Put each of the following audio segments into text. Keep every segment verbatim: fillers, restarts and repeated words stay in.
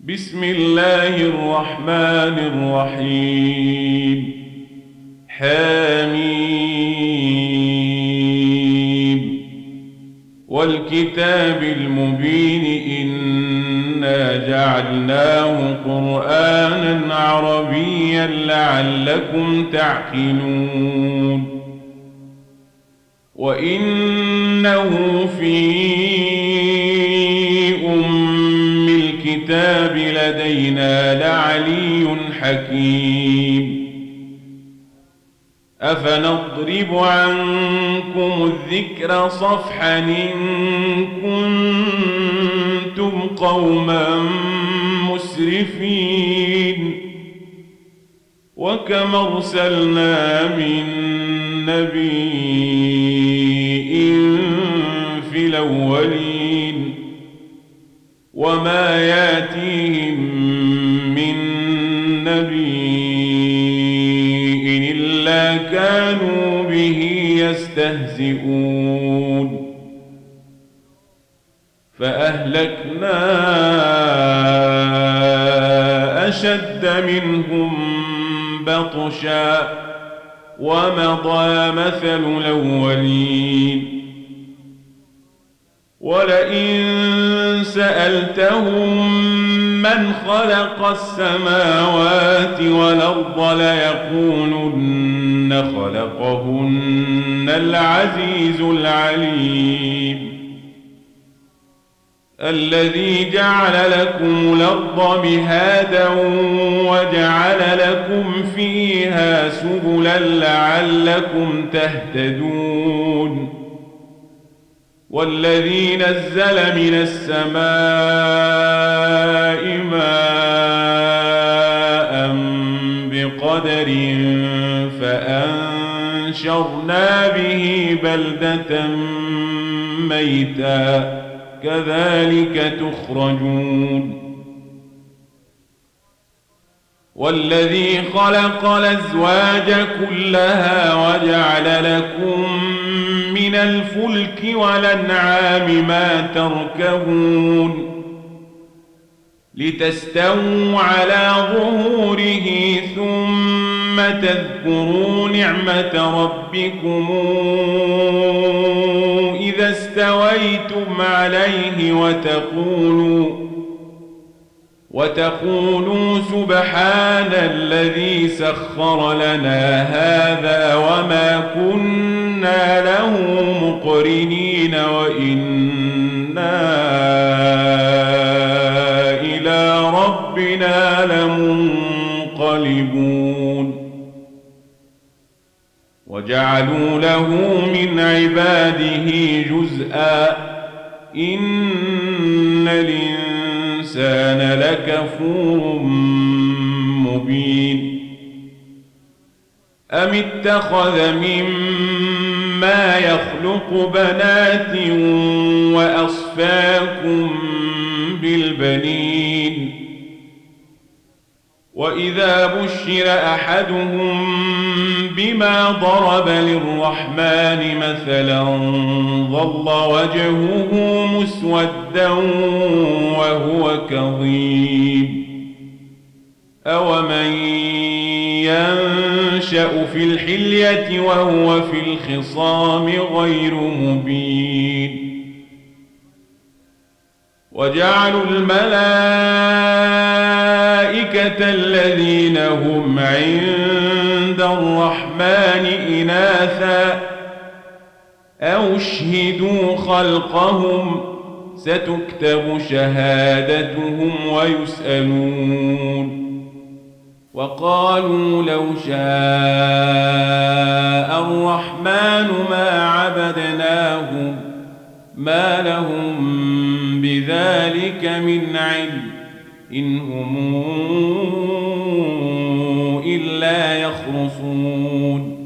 بسم الله الرحمن الرحيم. حميم. والكتاب المبين إنا جعلناه قرآنا عربيا لعلكم تعقلون. وإنه في أم الكتاب لدينا لعلي حكيم. أفنضرب عنكم الذكر صفحا إن كنتم قوما مسرفين. وكم أرسلنا من نبي في الأولين وما ياتيهم من نبي إلا كانوا به يستهزئون. فأهلكنا أشد منهم بطشا ومضى مثل الأولين. ولئن سألتهم من خلق السماوات والأرض ليقولن خلقهن العزيز العليم. الذي جعل لكم الأرض مهادا وجعل لكم فيها سبلا لعلكم تهتدون. والذي نزل من السماء ماء بقدر فأنشرنا به بلدة ميتا كذلك تخرجون. والذي خلق الأزواج كلها وجعل لكم من الفلك والأنعام ما تركبون لتستووا على ظهوره ثم تذكروا نعمة ربكم إذا استويتم عليه وتقولوا وتقولوا سبحان الذي سخر لنا هذا وما كنا له مقرنين وإنا إلى ربنا لمنقلبون. وجعلوا له من عباده جزءا إن الإنسان لكفور مبين. أم اتخذ مما يخلق بنات وأصفاكم بالبنين. وإذا بشر أحدهم بما ضرب للرحمن مثلا ظل وجهه مسودا وهو كظيم. أومن ينشأ في الحلية وهو في الخصام غير مبين. وجعلوا الملائكة الذين هم عند الرحمن إناثا أو اشهدوا خلقهم ستكتب شهادتهم ويسألون. وقالوا لو شاء الرحمن ما عبدناهم ما لهم بذلك من علم إن هم إلا يخرصون.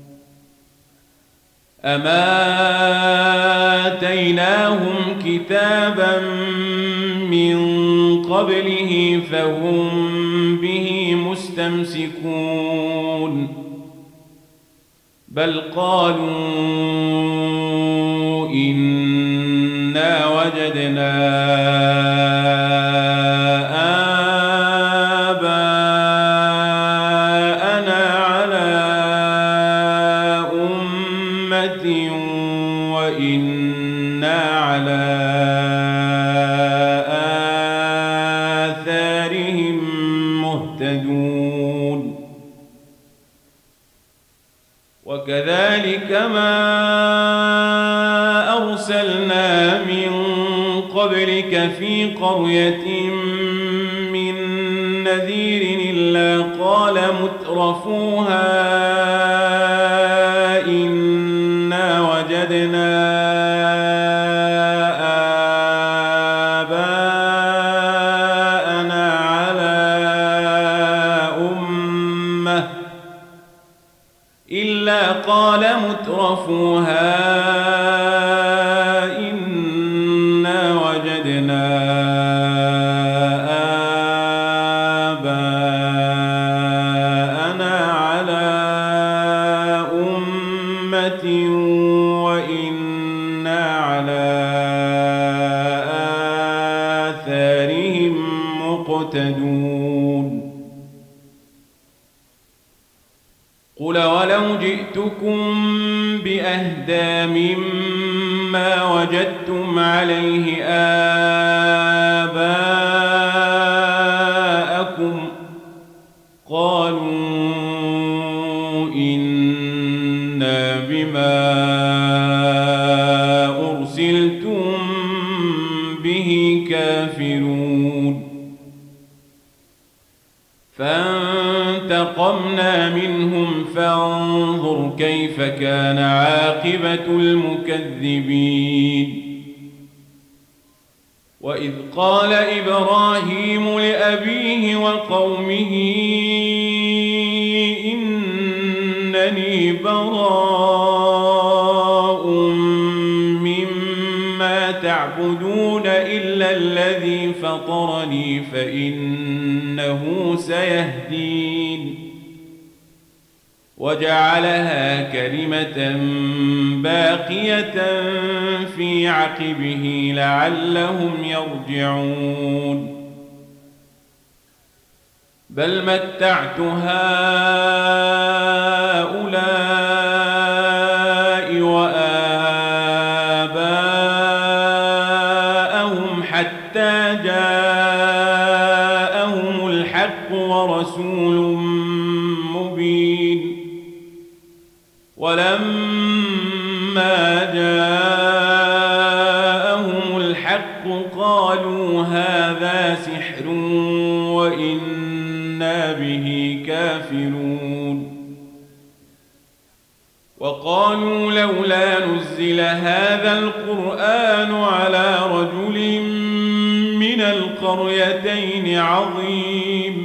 أما آتيناهم كتابا من قبله فهم به مستمسكون. بل قالوا إنا وجدنا مهتدون وكذلك ما أرسلنا من قبلك في قرية من نذير إلا قال مترفوها إنا وجدنا آباءنا على أمة إلا قال مترفوها إنا وجدنا آباءنا على أمة وإنا على آثارهم مقتدون قل ولو جئتكم بأهدى مما وجدتم عليه آباءكم قالوا إنا بما أرسلتم به كافرون فانتقمنا منهم فانظر كيف كان عاقبة المكذبين وإذ قال إبراهيم لأبيه وقومه إنني براء مما تعبدون إلا الذي فطرني فإنه سيهدين وجعلها كلمة باقية في عقبه لعلهم يرجعون بل متعت هؤلاء وآباءهم حتى جاءهم الحق ورسول مبين ولما جاءهم الحق قالوا هذا سحر وإنا به كافرون وقالوا لولا نزل هذا القرآن على رجل من القريتين عظيم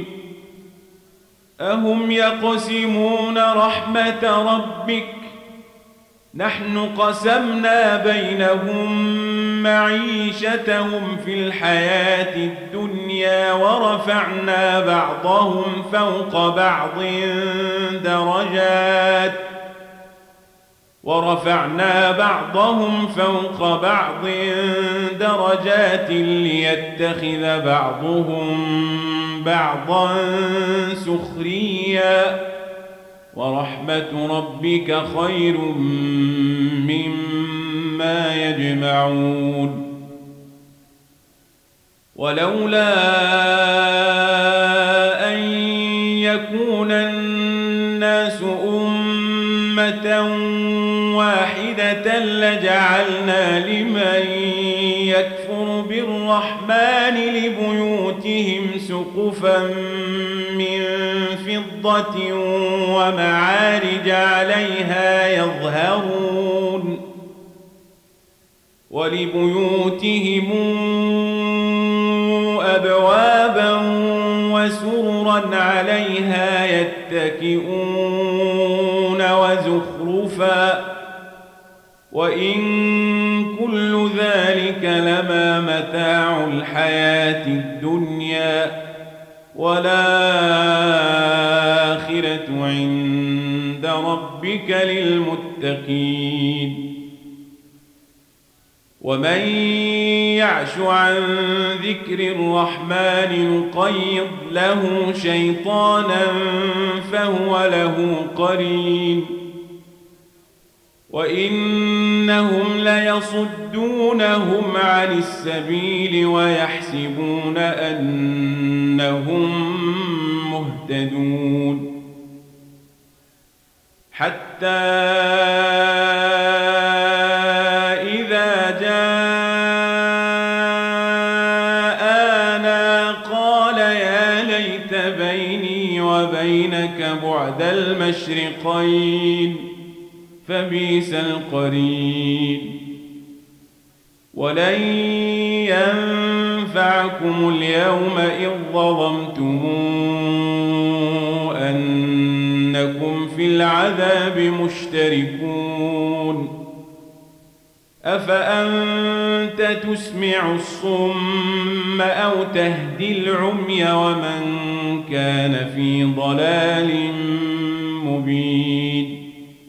أهم يقسمون رحمة ربك نحن قسمنا بينهم معيشتهم في الحياة الدنيا ورفعنا بعضهم فوق بعض درجات ورفعنا بعضهم فوق بعض درجات ليتخذ بعضهم بعضا سخريا ورحمة ربك خير مما يجمعون ولولا أن يكون الناس أمة واحدة لجعلنا لمن يكفر بالرحمن لبيوتهم سقفا من فضة ومعارج عليها يظهرون ولبيوتهم أبوابا وسررا عليها يتكئون وزخرفا وإن كل ذلك لما متاع الحياة الدنيا والآخرة عند ربك للمتقين ومن يعش عن ذكر الرحمن نقيض له شيطانا فهو له قرين وإنهم ليصدونهم عن السبيل ويحسبون أنهم مهتدون حتى إذا جاءنا قال يا ليت بيني وبينك بعد المشرقين فبئس القرين ولن ينفعكم اليوم إذ ظلمتم أنكم في العذاب مشتركون أفأنت تسمع الصم أو تهدي العمي ومن كان في ضلال مبين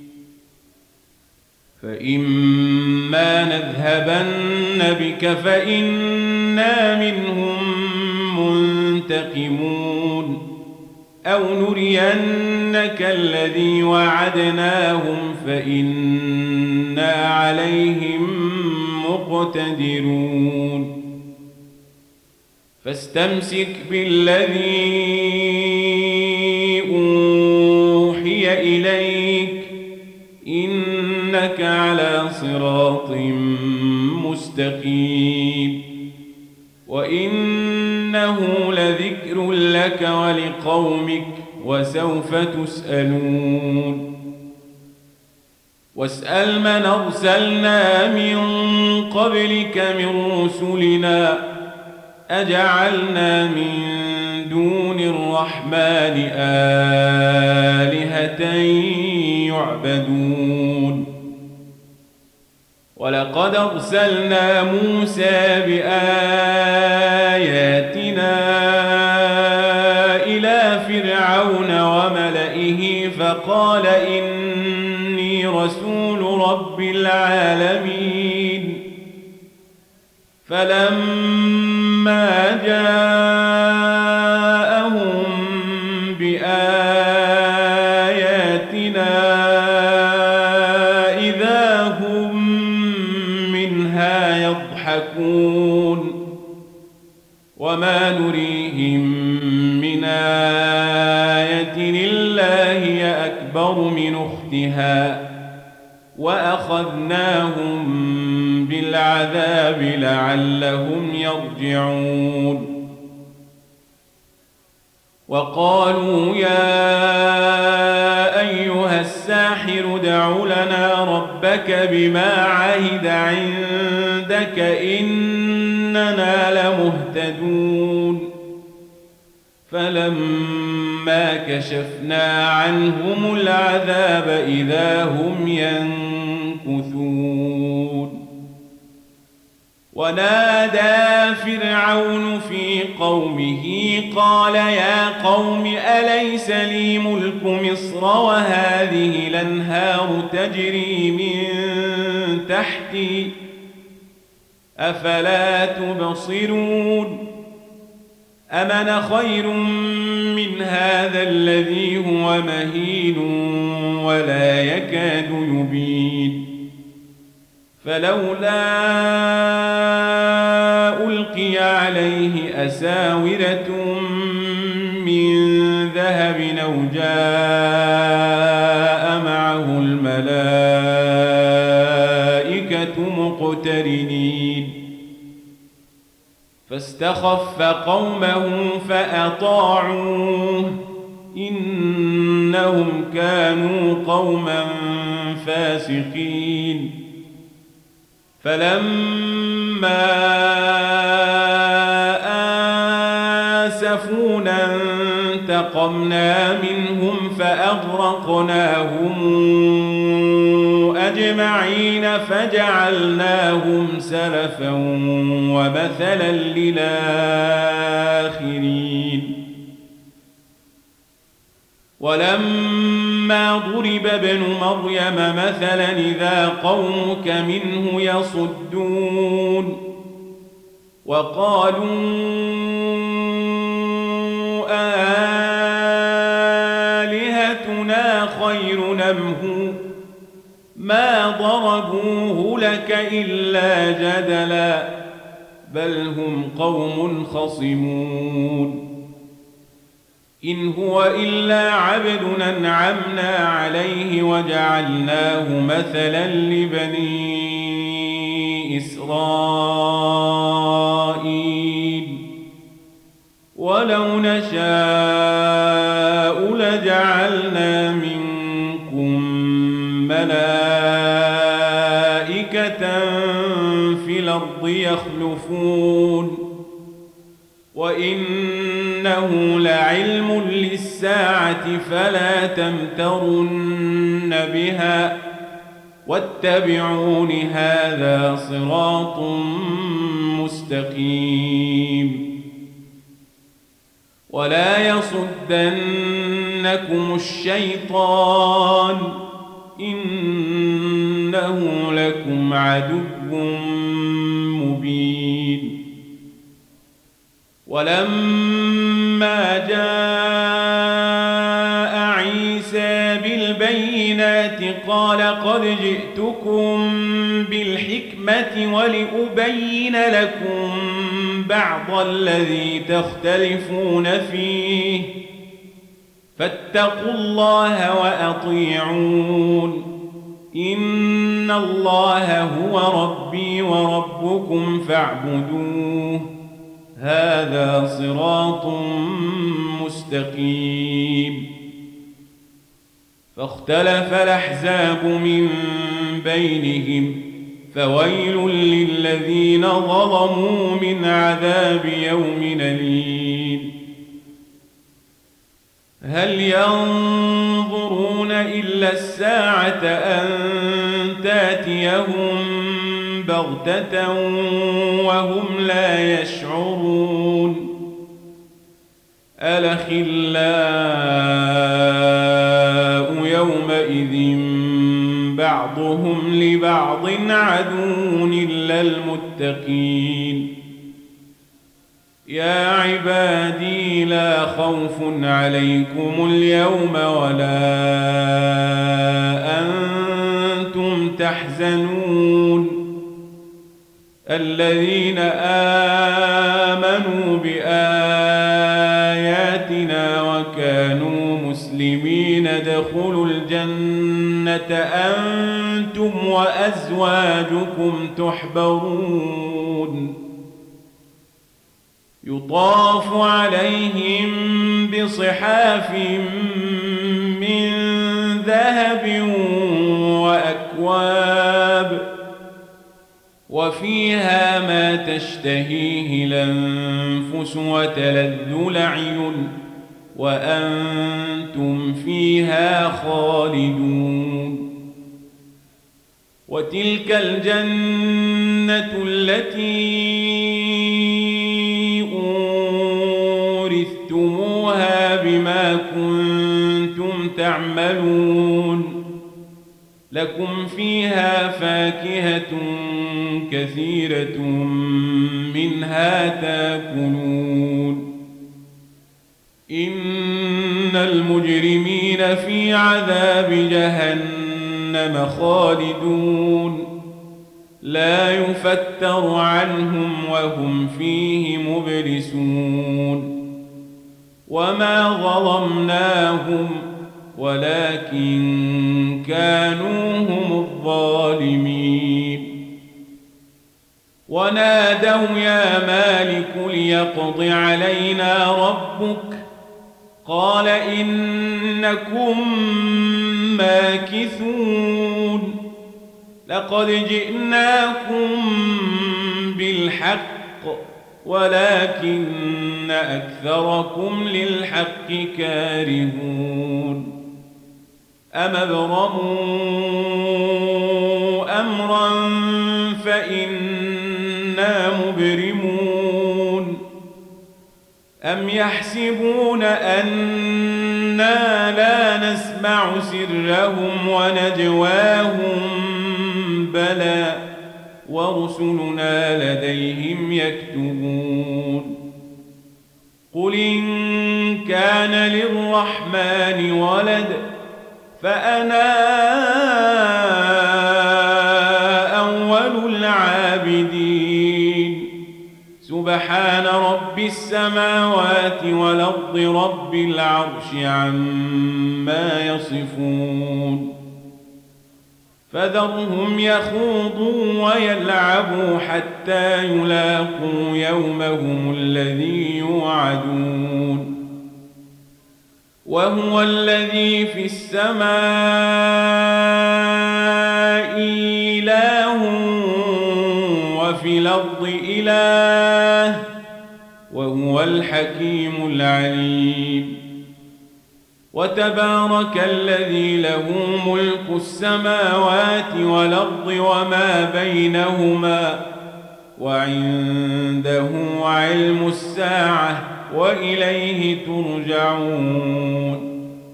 فإما نذهبن بك فإنا منهم منتقمون أو نرينك الذي وعدناهم فإنا عليهم مقتدرون فاستمسك بالذي أوحي إليك إنك على صراط مستقيم وإنه لذكر لك ولقومك وسوف تسألون واسأل من أرسلنا من قبلك من رسلنا أجعلنا من دون الرحمن آلهة يعبدون ولقد أرسلنا موسى بآياتنا إلى فرعون وملئه فقال إني رسول رب العالمين فلما جاءهم بآياتنا إذا هم منها يضحكون وما نريهم من آية إلا هي أكبر من أختها وأخذناهم بالعذاب لعلهم يرجعون وقالوا يا أيها الساحر ادع لنا ربك بما عهد عندك إننا لمهتدون فلما كشفنا عنهم العذاب إذا هم ينكثون ونادى فرعون في قومه قال يا قوم أليس لي ملك مصر وهذه الأنهار تجري من تحتي أفلا تبصرون أم أنا خير من هذا الذي هو مهين ولا يكاد يبين فلولا ألقي عليه أساورة من ذهب أو جاء معه الملائكة مقترنين فاستخف قومه فأطاعوه إنهم كانوا قوما فاسقين فلما آسفونا انتقمنا منهم فأغرقناهم أجمعين فجعلناهم سلفا ومثلا للآخرين ولما ضرب ابن مريم مثلا إذا قومك منه يصدون وقالوا آلهتنا خير أم هو ما ضربوه لك إلا جدلا بل هم قوم خصمون إن هو إلا عبد أنعمنا عليه وجعلناه مثلا لبني إسرائيل ولو نشاء لجعلنا منكم ملائكة في الأرض يخلفون وإنه لعلم للساعة فلا تمترن بها واتبعون هذا صراط مستقيم ولا يصدنكم الشيطان إنه لكم عدو مبين ولما جاء عيسى بالبينات قال قد جئتكم بالحكمة ولأبين لكم بعض الذي تختلفون فيه فاتقوا الله وأطيعون إن الله هو ربي وربكم فاعبدوه هذا صراط مستقيم فاختلف الأحزاب من بينهم فويل للذين ظلموا من عذاب يوم أليم هل ينظرون إلا الساعة أن تأتيهم بغتة وهم لا يشعرون الأخلاء يومئذ بعضهم لبعض عدو إلا المتقين يا عبادي لا خوف عليكم اليوم ولا أنتم تحزنون الذين آمنوا بآياتنا وكانوا مسلمين ادخلوا الجنة أنتم وأزواجكم تحبرون يطاف عليهم بصحاف من ذهب وأكواب وفيها ما تشتهيه الأنفس وتلذ الأعين وأنتم فيها خالدون وتلك الجنة التي أورثتموها بما كنتم تعملون لكم فيها فاكهة كثيرة منها تاكلون إن المجرمين في عذاب جهنم خالدون لا يفتر عنهم وهم فيه مبلسون وما ظلمناهم ولكن كانوا هم الظالمين ونادوا يا مالك ليقض علينا ربك قال إنكم ماكثون لقد جئناكم بالحق ولكن أكثركم للحق كارهون أم ابرموا أمرا فإنا مبرمون أم يحسبون أنا لا نسمع سرهم ونجواهم بلى ورسلنا لديهم يكتبون قل إن كان للرحمن ولد فأنا أول العابدين سبحان رب السماوات والأرض رب العرش عما يصفون فذرهم يخوضوا ويلعبوا حتى يلاقوا يومهم الذي يوعدون وهو الذي في السماء إله وفي الأرض إله وهو الحكيم العليم وتبارك الذي له ملك السماوات والأرض وما بينهما وعنده علم الساعة وإليه ترجعون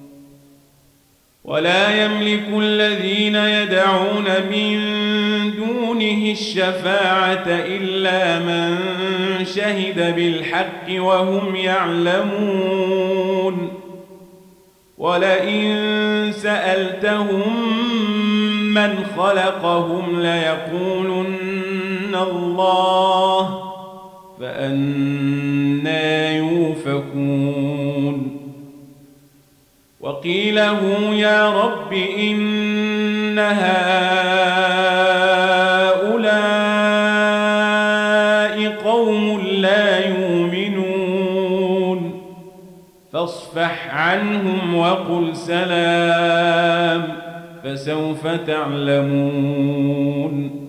ولا يملك الذين يدعون من دونه الشفاعة إلا من شهد بالحق وهم يعلمون ولئن سألتهم من خلقهم ليقولن الله فأنى يؤفكون وقيله يا رب إن هؤلاء قوم لا يؤمنون فاصفح عنهم وقل سلام فسوف تعلمون